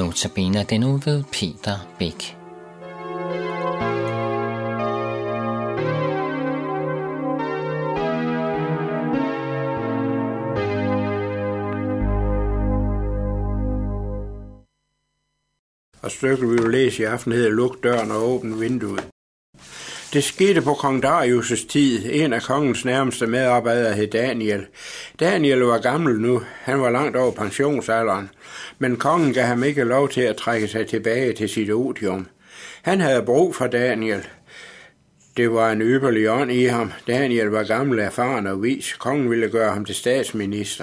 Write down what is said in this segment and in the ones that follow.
Notabene den uge ved Peter Bæk. Og stykket vi vil læse i aften hedder Luk døren og åbn vinduet. Det skete på kong Darius' tid. En af kongens nærmeste medarbejdere hed Daniel. Daniel var gammel nu. Han var langt over pensionsalderen. Men kongen gav ham ikke lov til at trække sig tilbage til sit odium. Han havde brug for Daniel. Det var en ypperlig ånd i ham. Daniel var gammel, erfaren og vis. Kongen ville gøre ham til statsminister.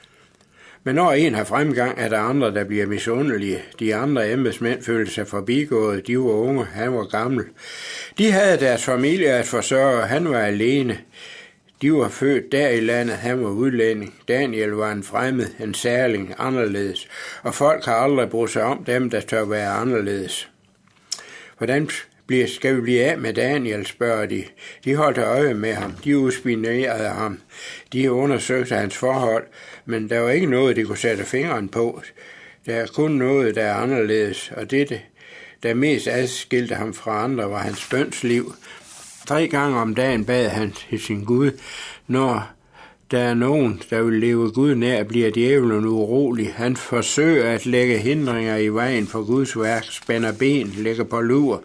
Men når en har fremgang, er der andre, der bliver misundelige. De andre embedsmænd følte sig forbigået. De var unge, han var gammel. De havde deres familie at forsørge, han var alene. De var født der i landet, han var udlænding. Daniel var en fremmed, en særling, anderledes. Og folk har aldrig brugt sig om dem, der tør være anderledes. Hvordan skal vi blive af med Daniel, spørger de. De holdt øje med ham. De udspionerede ham. De undersøgte hans forhold, men der var ikke noget, de kunne sætte fingeren på. Der er kun noget, der er anderledes, og det, der mest adskilte ham fra andre, var hans bønsliv. 3 gange om dagen bad han til sin Gud. Når der er nogen, der vil leve Gud nær, bliver djævlen urolig. Han forsøger at lægge hindringer i vejen for Guds værk, spænder ben, lægger på lur.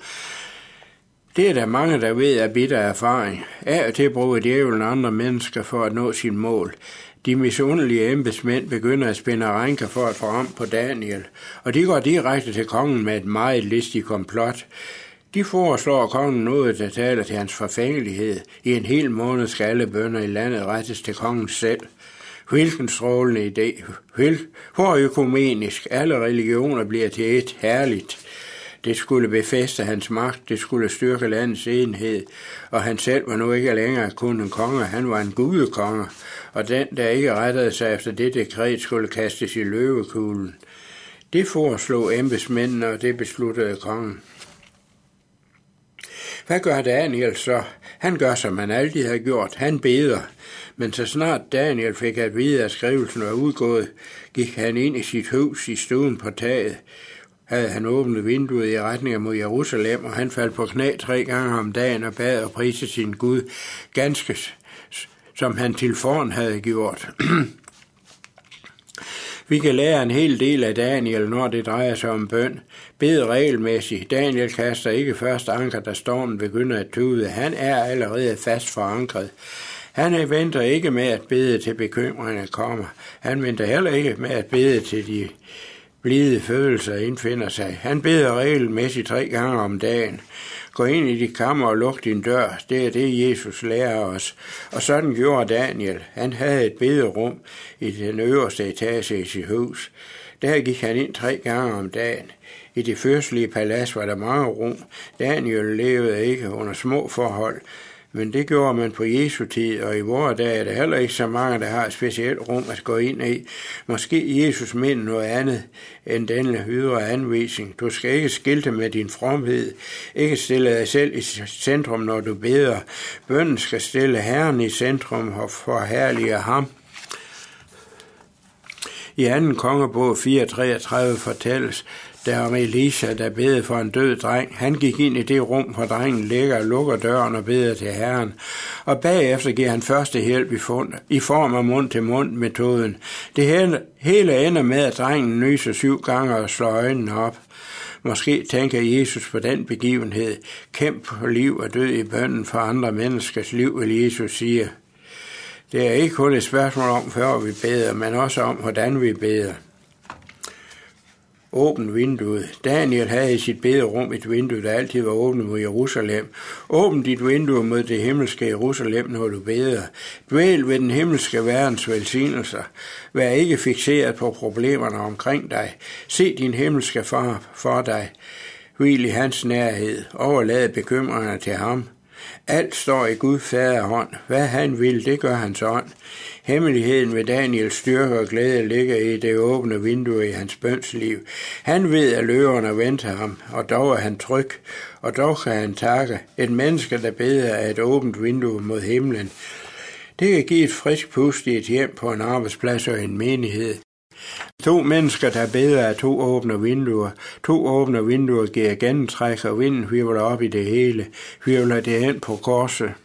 Det er der mange, der ved af bitter erfaring. Af og til bruger djævlen andre mennesker for at nå sin mål. De misundelige embedsmænd begynder at spænde ranker for at få ram på Daniel, og de går direkte til kongen med et meget listigt komplot. De foreslår kongen noget, der taler til hans forfængelighed. I en hel måned skal alle bønder i landet rettes til kongen selv. Hvilken strålende idé. Hvor økumenisk. Alle religioner bliver til et herligt. Det skulle befæste hans magt, det skulle styrke landets enhed, og han selv var nu ikke længere kun en konge, han var en gudekonge, og den, der ikke rettede sig efter det dekret, skulle kastes i løvekuglen. Det foreslog embedsmændene, og det besluttede kongen. Hvad gør Daniel så? Han gør, som han altid har gjort. Han beder. Men så snart Daniel fik at vide, at skrivelsen var udgået, gik han ind i sit hus i stuen på taget. Havde han åbnet vinduet i retning mod Jerusalem, og han faldt på knæ 3 gange om dagen og bad og priste sin Gud, ganske som han til forn havde gjort. Vi kan lære en hel del af Daniel, når det drejer sig om bøn. Bed regelmæssigt. Daniel kaster ikke først anker, da stormen begynder at tude. Han er allerede fast forankret. Han venter ikke med at bede til bekymringerne kommer. Han venter heller ikke med at bede til de blide følelser indfinder sig. Han beder regelmæssigt 3 gange om dagen. Gå ind i dit kammer og luk din dør. Det er det, Jesus lærer os. Og sådan gjorde Daniel. Han havde et bederum i den øverste etage i sit hus. Der gik han ind 3 gange om dagen. I det fyrstelige palads var der mange rum. Daniel levede ikke under små forhold, men det gjorde man på Jesu tid, og i vore dage er der heller ikke så mange, der har et specielt rum at gå ind i. Måske Jesus mener noget andet end denne ydre anvisning. Du skal ikke skilte med din fromhed, ikke stille dig selv i centrum, når du beder. Bønnen skal stille Herren i centrum og forherlige ham. I 2. kongebog 4:33 fortælles der om Elisa, der bedede for en død dreng. Han gik ind i det rum, hvor drengen ligger og lukker døren og beder til Herren. Og bagefter giver han første hjælp i form af mund-til-mund-metoden. Det hele ender med, at drengen nyser 7 gange og slår øjnene op. Måske tænker Jesus på den begivenhed. Kæmp på liv og død i bønnen for andre menneskers liv, vil Jesus sige. Det er ikke kun et spørgsmål om, før vi beder, men også om, hvordan vi beder. Åbn vinduet. Daniel havde i sit bederum et vindue, der altid var åbent mod Jerusalem. Åbn dit vindue mod det himmelske Jerusalem, når du beder. Dvæl ved den himmelske verdens velsignelser. Vær ikke fikseret på problemerne omkring dig. Se din himmelske far for dig. Hvil i hans nærhed. Overlad bekymringer til ham. Alt står i Gud fader hånd. Hvad han vil, det gør hans ånd. Hemmeligheden ved Daniels styrke og glæde ligger i det åbne vindue i hans bønsliv. Han ved, at løverne venter ham, og dog er han tryg, og dog kan han takke. Et menneske, der beder, er et åbent vindue mod himlen. Det kan give et frisk pust i et hjem på en arbejdsplads og en menighed. To mennesker, der beder af to åbne vinduer. To åbne vinduer giver gennemtræk, og vinden hvirvler op i det hele. Hvirvler det hen på korset.